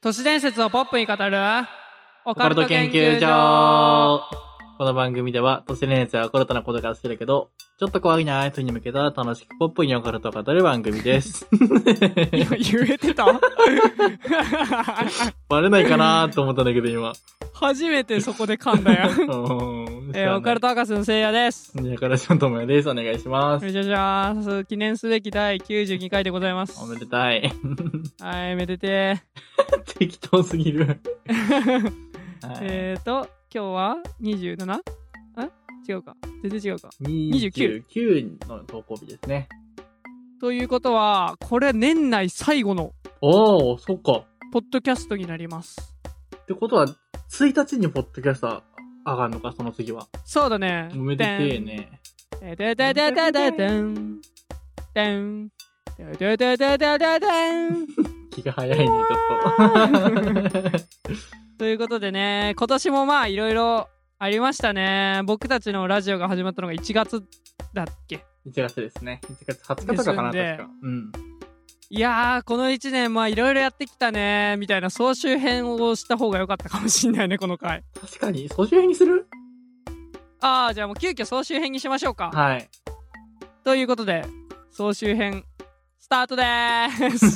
都市伝説をポップに語るオオカルト研究所。この番組では都市伝説やオカルトなことが好きだけど、ちょっと怖いな人に向けた楽しくポップにオカルトを語る番組です。 今言えてたバレないかなと思ったんだけど今。 初めてそこで噛んだよ。オカルト博士のせいやです。 だからしょんともやです。お願いします。 お願いします。記念すべき第92回でございます。 おめでたい。 はい、めでてー。適当すぎる。 はい、今日は 27？ 違うか。全然違うか。 29の投稿日ですね。 ということは、これ年内最後のおー、そっか。 ポッドキャストになります。 ってことは、1日にポッドキャスト上がるのか、その次は。 そうだね。 おめでてえね。 ででででででん。でん。ででででででん。 気が早いね、ちょっと。 ということでね、今年もまあいろいろありましたね。僕たちのラジオが始まったのが1月だっけ？ 1 月ですね。1月20日とかかな、確か。うん。 いやー、この1年まあいろいろやってきたね、みたいな総集編をした方が良かったかもしんないね、この回。 確かに、総集編にする？ じゃあもう急遽総集編にしましょうか。 はい。 ということで、総集編、スタートでーす。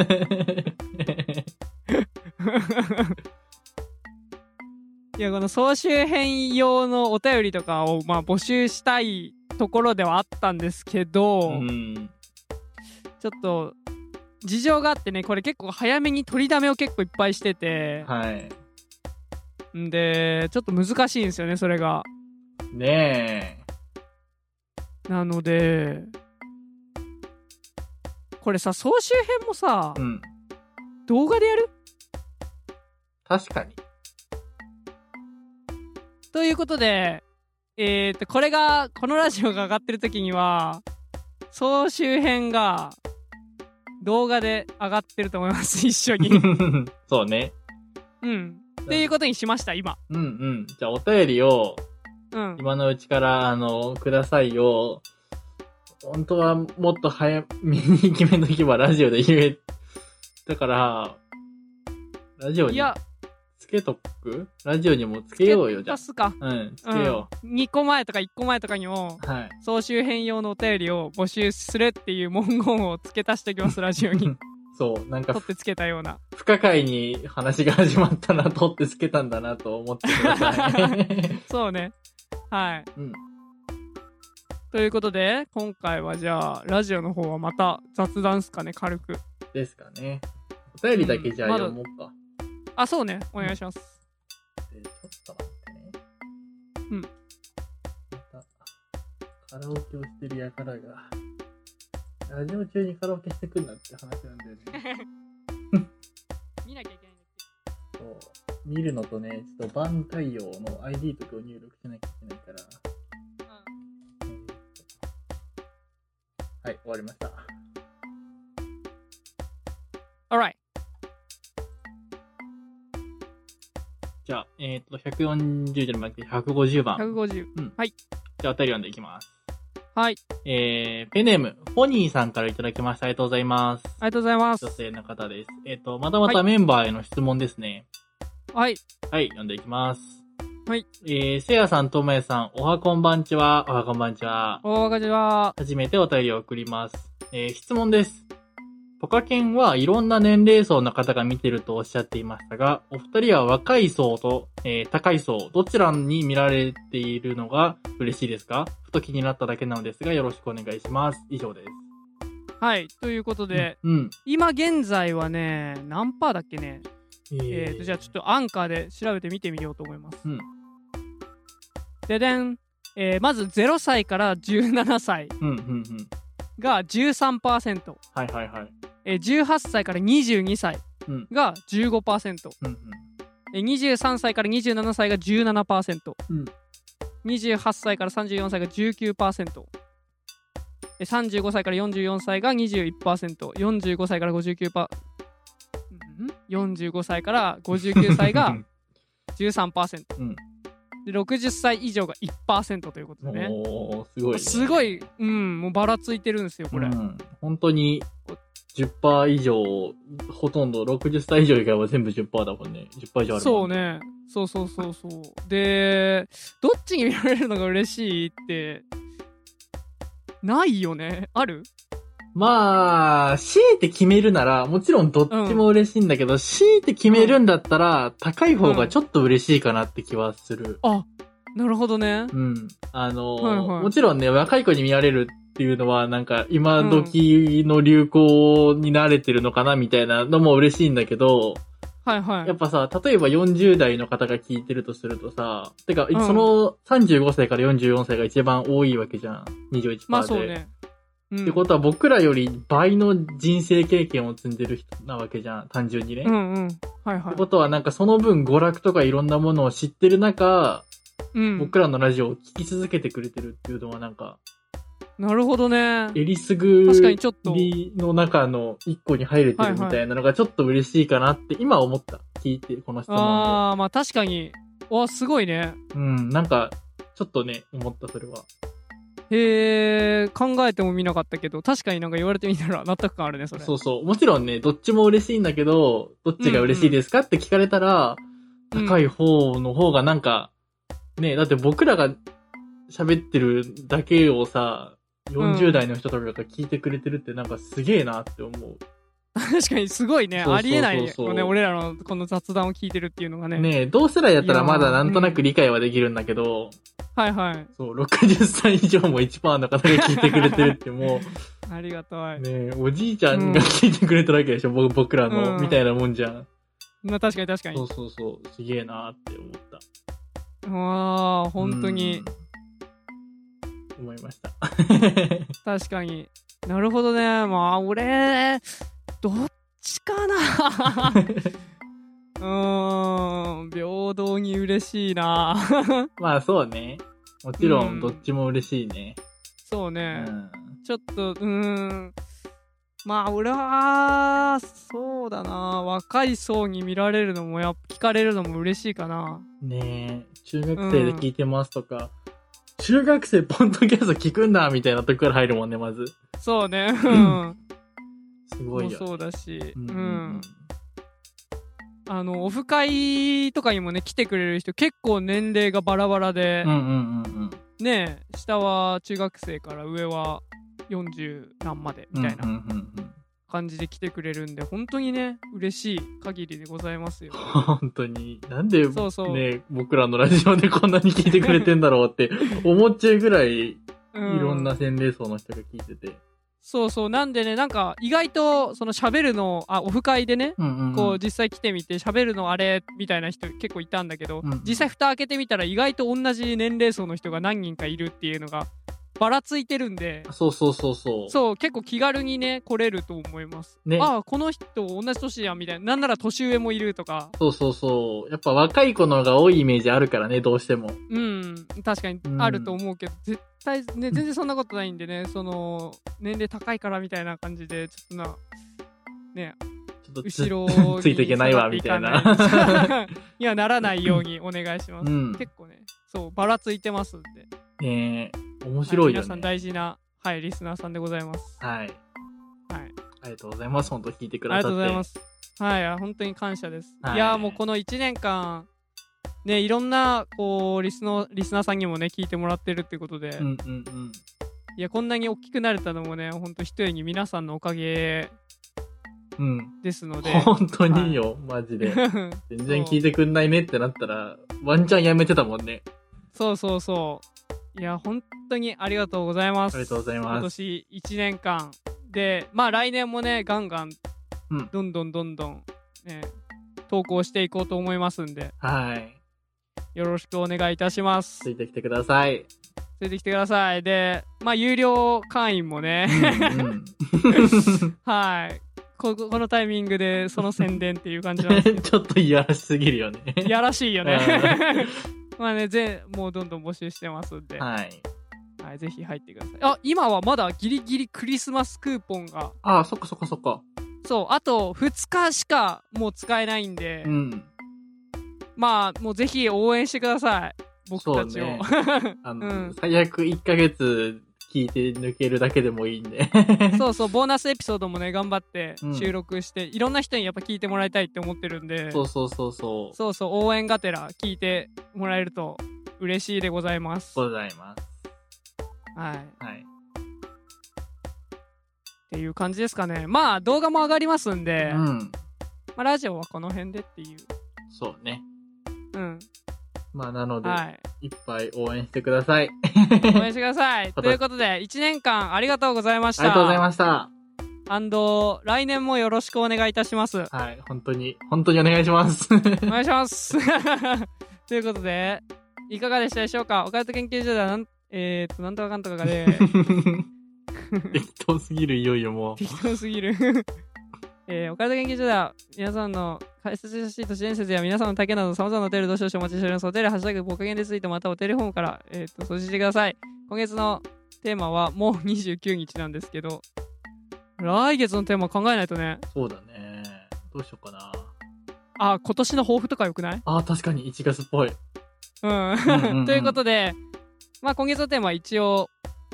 いや、この総集編用のお便りとかをまあ募集したいところではあったんですけど、ちょっと事情があってね、これ結構早めに取りだめを結構いっぱいしてて、 はい。 んでちょっと難しいんですよね、それが。 ねえ。なのでこれさ、総集編もさ、動画でやる？ 確かに。 ということで、このラジオが上がってる時には、総集編が動画で上がってると思います、一緒に。 そうね。 っていうことにしました、今。 じゃあお便りを、今のうちからくださいよ。本当はもっと早めに決めとけばラジオで言えだから、ラジオにつけとく？ラジオにもつけようよ、じゃあ。 つけよう。2個前とか1個前とかにも、総集編用のお便りを募集するっていう文言を付け足しておきます、ラジオに。 そう、なんか。 取ってつけたような。 不可解に話が始まったな、取ってつけたんだなと思ってください。 そうね。はい。ということで、今回はじゃあ、ラジオの方はまた雑談っすかね、軽く。 ですかね。お便りだけじゃあ読もうか。 そうね。お願いします。 ちょっと待ってね。また、カラオケをしてるやからが、ラジオ中にカラオケしてくんなって話なんだよね。 見なきゃいけないんだっけ？そう。見るのとね、ちょっとバン対応の ID とかを入力しなきゃいけないから。はい、終わりました。 Alright。 じゃあ、140じゃなくて150番。 150。はい。 じゃあ、お便り読んでいきます。 はい。 ペンネーム、フォニーさんからいただきました。ありがとうございます。 ありがとうございます。 女性の方です。またまたメンバーへの質問ですね。 はい。 はい、読んでいきます。 はい。 せやさん、ともえさん、おはこんばんちは。おはこんばんちは。 おはこんばんちは。 初めてお便りを送ります。質問です。ポカケンはいろんな年齢層の方が見てるとおっしゃっていましたが、お二人は若い層と、高い層、どちらに見られているのが嬉しいですか？ふと気になっただけなのですが、よろしくお願いします。以上です。 はい。ということで、今現在はね、何パーだっけね。じゃあちょっとアンカーで調べてみてみようと思います。ででん。まず0歳から17歳が 13%。 はいはいはい。 18歳から22歳が 15%。23歳から27歳が 17%。28歳から34歳が 19%。35歳から44歳が 21%。45歳から59%。45歳から59歳が 13%。で60歳以上が 1% ということでね。 おー、すごい、ね。 すごい、もうばらついてるんですよ、これ。 本当に 10% 以上、ほとんど60歳以上以外は全部 10% だもんね。10% 以上あるもんね。 そうね。そう。で、どっちに見られるのが嬉しいって、ないよね。ある？ まあ、強いて決めるなら、もちろんどっちも嬉しいんだけど、強いて決めるんだったら、高い方がちょっと嬉しいかなって気はする。 あ、なるほどね。 うん。もちろんね、若い子に見られるっていうのは、なんか、今時の流行に慣れてるのかなみたいなのも嬉しいんだけど、 はいはい。 やっぱさ、例えば40代の方が聞いてるとするとさ、てか、その35歳から44歳が一番多いわけじゃん。21%で。 まあそうね。 ってことは僕らより倍の人生経験を積んでる人なわけじゃん、単純にね。 はいはい。 ってことはなんかその分娯楽とかいろんなものを知ってる中、僕らのラジオを聞き続けてくれてるっていうのはなんか、 なるほどね。 えりすぐりの中の一個に入れてるみたいなのがちょっと嬉しいかなって今思った。聞いて、この質問で。 まあ確かに。すごいね。 なんか、ちょっとね、思った、それは。 へえ、考えてもみなかったけど、確かになんか言われてみたら納得感あるね、それ。 そうそう。もちろんね、どっちも嬉しいんだけど、どっちが嬉しいですかって聞かれたら、高い方の方がなんか、ね、だって僕らが喋ってるだけをさ、40代の人とかが聞いてくれてるってなんかすげえなって思う。 確かにすごいね。ありえないよね。俺らのこの雑談を聞いてるっていうのがね。 ねえ、同世代だったらまだなんとなく理解はできるんだけど、 はいはい。 そう、60歳以上も 1% の方が聞いてくれてるってもう、ありがたい。 ねえ、おじいちゃんが聞いてくれただけでしょ、僕らの、みたいなもんじゃん。 まあ確かに確かに。 そう、すげえなーって思った。 本当に。 思いました。 確かに。なるほどね。まあ、俺、どっちかな平等に嬉しいなまあそうね。もちろんどっちも嬉しいね。 そうね。ちょっと、まあ俺は、そうだな。若い層に見られるのも聞かれるのも嬉しいかな。 ねえ、中学生で聞いてますとか、中学生ポッドキャスト聞くんだみたいなとこから入るもんね、まず。 そうね。 すごいよ、ね。 そうだし、オフ会とかにもね、来てくれる人結構年齢がバラバラで、ね、下は中学生から上は40何までみたいな感じで来てくれるんで、本当にね、嬉しい限りでございますよ。 本当に。なんで、ね、僕らのラジオでこんなに聞いてくれてんだろうって思っちゃうぐらい、いろんな年齢層の人が聞いてて。 そう。なんでね、なんか意外とその喋るの、オフ会でね、こう実際来てみて喋るのあれみたいな人結構いたんだけど、実際蓋開けてみたら意外と同じ年齢層の人が何人かいるっていうのがばらついてるんで。 そう。 そう、結構気軽にね、来れると思います。ね。この人同じ年やんみたいな。なんなら年上もいるとか。 そう。やっぱ若い子の方が多いイメージあるからね、どうしても。 確かにあると思うけど、絶対ね、全然そんなことないんでね、その、年齢高いからみたいな感じで、ちょっとね、後ろについていけないわ、みたいな。 にはならないようにお願いします。結構ね、そう、ばらついてますんで。 面白いよね。 皆さん大事な、リスナーさんでございます。 はい。ありがとうございます。本当聞いてくださって。 ありがとうございます。本当に感謝です。いや、もうこの1年間、ね、いろんな、こう、リスナーさんにもね、聞いてもらってるってことで、いや、こんなに大きくなれたのもね、ほんと一重に皆さんのおかげですので。 本当によ、マジで。全然聞いてくんないねってなったら、ワンチャンやめてたもんね。 そう。いや、本当にありがとうございます。 ありがとうございます。 今年1年間で、まあ来年もね、ガンガン、どんどん、ね、投稿していこうと思いますんで。よろしくお願いいたします。 ついてきてください。 で、まあ有料会員もね、このタイミングでその宣伝っていう感じなんですけど。 ちょっといやらしすぎるよね。 いやらしいよね。まあね、もうどんどん募集してますんで。ぜひ入ってください。今はまだギリギリクリスマスクーポンが。 そっか。 そう、あと2日しかもう使えないんで。まあ、もうぜひ応援してください。僕たちを。 最悪1ヶ月聞いて抜けるだけでもいいんで。 そうそう、ボーナスエピソードもね、頑張って収録して、いろんな人にやっぱ聞いてもらいたいって思ってるんで。 そう。 そうそう、応援がてら聞いてもらえると嬉しいでございます。 はい。 はい。っていう感じですかね。まあ、動画も上がりますんで、まあ、ラジオはこの辺でっていう。 そうね。 うん。 まあ、なので、いっぱい応援してください。 応援してください。ということで、1年間ありがとうございました。 ありがとうございました。 来年もよろしくお願いいたします。 はい、本当にお願いします。 お願いします。ということで、いかがでしたでしょうか？オカルト研究所ではなんとかかんとかがね、 適当すぎる、いよいよもう。 適当すぎる。オカルト研究所では、皆さんの解説写真と都市伝説や皆さんの体験など様々なお便りどしどしお待ちしております。お便り、ハッシュタグ、ボカゲンでツイートまたはおテレフォームから、送信してください。今月のテーマはもう29日なんですけど、来月のテーマ考えないとね。 そうだね。どうしようかな。 あ、今年の抱負とかよくない？ あ、確かに1月っぽい。 ということで、まあ今月のテーマは一応、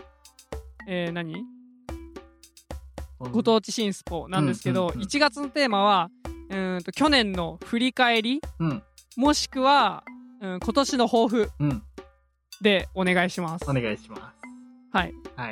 ご当地新スポなんですけど、1月のテーマは、去年の振り返り、もしくは、今年の抱負でお願いします。 お願いします。 はい。 はい。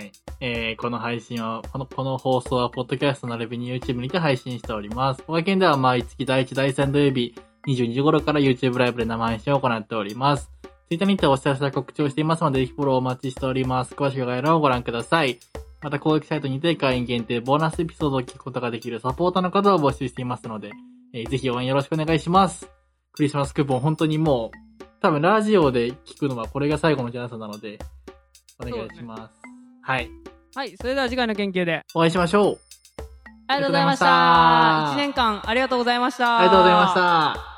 この配信は、この放送は、ポッドキャストのレビに YouTube にて配信しております。ポカケンでは毎月第1、第3土曜日、22時頃から YouTube ライブで生配信を行っております。Twitter にてお知らせや告知をしていますので、ぜひフォローお待ちしております。詳しく概要欄をご覧ください。また、公式サイトにて会員限定ボーナスエピソードを聞くことができるサポーターの方を募集していますので、ぜひ応援よろしくお願いします。クリスマスクーポン、本当にもう、多分ラジオで聞くのはこれが最後のチャンスなので、お願いします。はい。 はい、それでは次回の研究でお会いしましょう。 ありがとうございました。1年間ありがとうございました。 ありがとうございました。